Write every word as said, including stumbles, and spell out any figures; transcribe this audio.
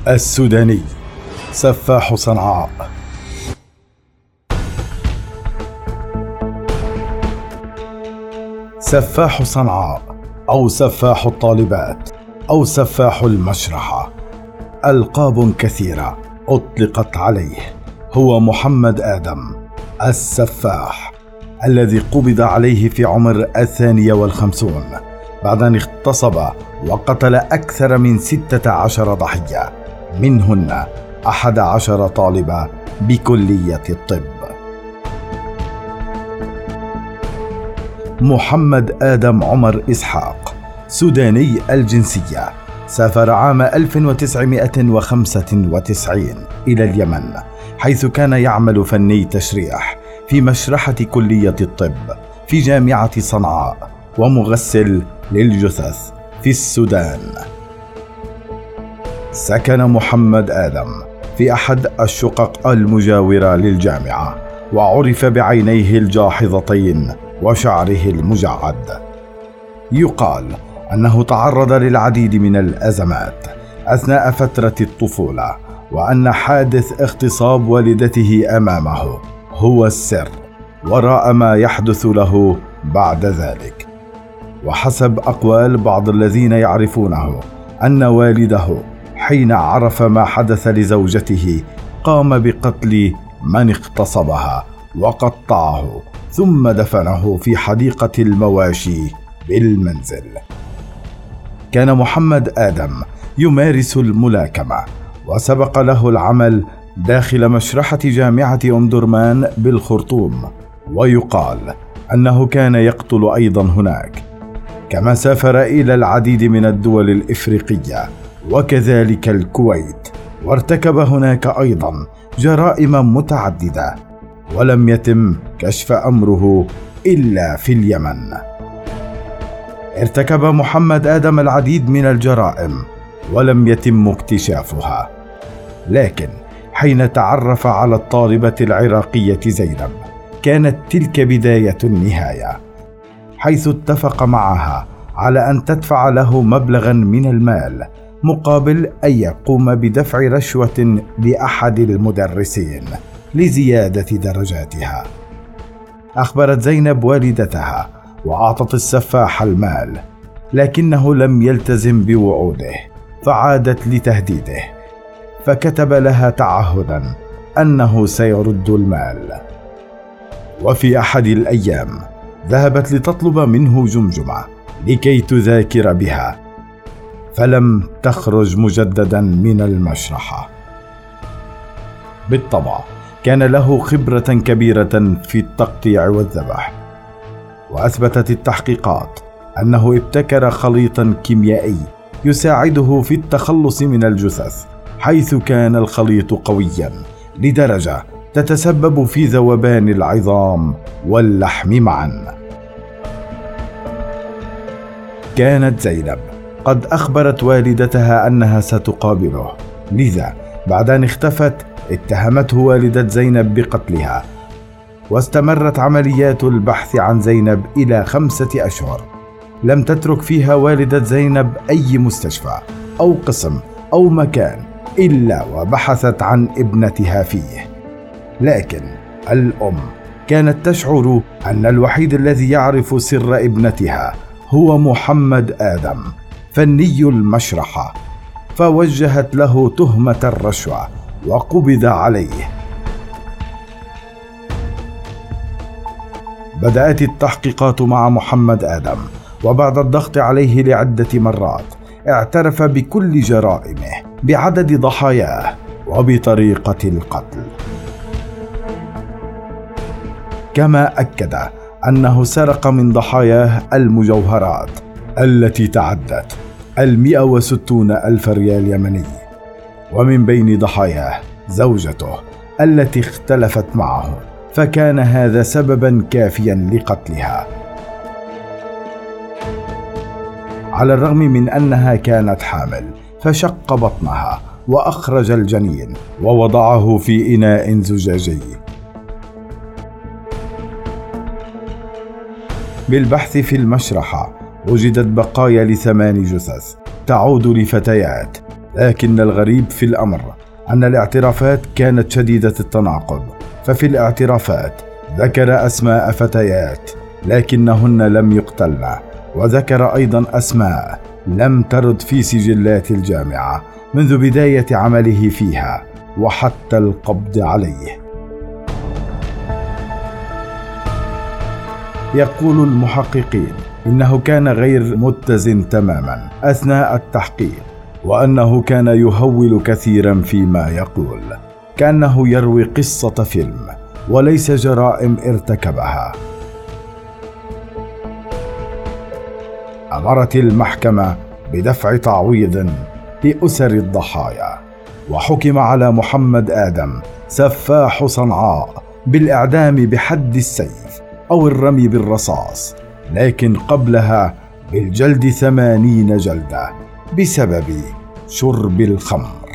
السوداني سفاح صنعاء. سفاح صنعاء أو سفاح الطالبات أو سفاح المشرحة، ألقاب كثيرة أطلقت عليه. هو محمد آدم السفاح الذي قبض عليه في عمر الثانية والخمسون بعد أن اغتصب وقتل أكثر من ستة عشر ضحية، منهن أحد عشر طالبة بكلية الطب. محمد آدم عمر إسحاق سوداني الجنسية، سافر عام ألف وتسعمائة وخمسة وتسعين إلى اليمن، حيث كان يعمل فني تشريح في مشرحة كلية الطب في جامعة صنعاء، ومغسل للجثث في السودان. سكن محمد آدم في أحد الشقق المجاورة للجامعة، وعرف بعينيه الجاحظتين وشعره المجعد. يقال أنه تعرض للعديد من الأزمات أثناء فترة الطفولة، وأن حادث اغتصاب والدته أمامه هو السر وراء ما يحدث له بعد ذلك. وحسب أقوال بعض الذين يعرفونه أن والده حين عرف ما حدث لزوجته قام بقتل من اغتصبها وقطعه، ثم دفنه في حديقة المواشي بالمنزل. كان محمد آدم يمارس الملاكمة، وسبق له العمل داخل مشرحة جامعة أم درمان بالخرطوم، ويقال أنه كان يقتل أيضا هناك، كما سافر إلى العديد من الدول الإفريقية وكذلك الكويت، وارتكب هناك أيضا جرائم متعددة، ولم يتم كشف أمره إلا في اليمن. ارتكب محمد آدم العديد من الجرائم ولم يتم اكتشافها، لكن حين تعرف على الطالبة العراقية زينب كانت تلك بداية النهاية، حيث اتفق معها على أن تدفع له مبلغا من المال مقابل أن يقوم بدفع رشوة لأحد المدرسين لزيادة درجاتها. أخبرت زينب والدتها وأعطت السفاح المال، لكنه لم يلتزم بوعوده، فعادت لتهديده، فكتب لها تعهدا أنه سيرد المال. وفي أحد الأيام ذهبت لتطلب منه جمجمة لكي تذاكر بها، فلم تخرج مجددا من المشرحة. بالطبع كان له خبرة كبيرة في التقطيع والذبح، وأثبتت التحقيقات أنه ابتكر خليطا كيميائي يساعده في التخلص من الجثث، حيث كان الخليط قويا لدرجة تتسبب في ذوبان العظام واللحم معا. كانت زينب قد أخبرت والدتها أنها ستقابله، لذا بعد أن اختفت اتهمته والدة زينب بقتلها، واستمرت عمليات البحث عن زينب إلى خمسة أشهر. لم تترك فيها والدة زينب أي مستشفى أو قسم أو مكان إلا وبحثت عن ابنتها فيه، لكن الأم كانت تشعر أن الوحيد الذي يعرف سر ابنتها هو محمد آدم فني المشرحة، فوجهت له تهمة الرشوة وقبض عليه. بدأت التحقيقات مع محمد آدم، وبعد الضغط عليه لعدة مرات اعترف بكل جرائمه بعدد ضحاياه وبطريقة القتل، كما أكد أنه سرق من ضحاياه المجوهرات التي تعدت المئة وستون ألف ريال يمني، ومن بين ضحاياه زوجته التي اختلفت معه، فكان هذا سببا كافيا لقتلها. على الرغم من أنها كانت حامل، فشق بطنها وأخرج الجنين ووضعه في إناء زجاجي. بالبحث في المشرحة وجدت بقايا لثمان جثث تعود لفتيات لكن الغريب في الأمر أن الاعترافات كانت شديدة التناقض، ففي الاعترافات ذكر أسماء فتيات لكنهن لم يقتلن، وذكر أيضا أسماء لم ترد في سجلات الجامعة منذ بداية عمله فيها وحتى القبض عليه. يقول المحققين إنه كان غير متزن تماما أثناء التحقيق، وأنه كان يهول كثيرا فيما يقول، كأنه يروي قصة فيلم وليس جرائم ارتكبها. أمرت المحكمة بدفع تعويض لأسر الضحايا، وحكم على محمد آدم سفاح صنعاء بالإعدام بحد السيف أو الرمي بالرصاص، لكن قبلها بالجلد ثمانين جلدة بسبب شرب الخمر.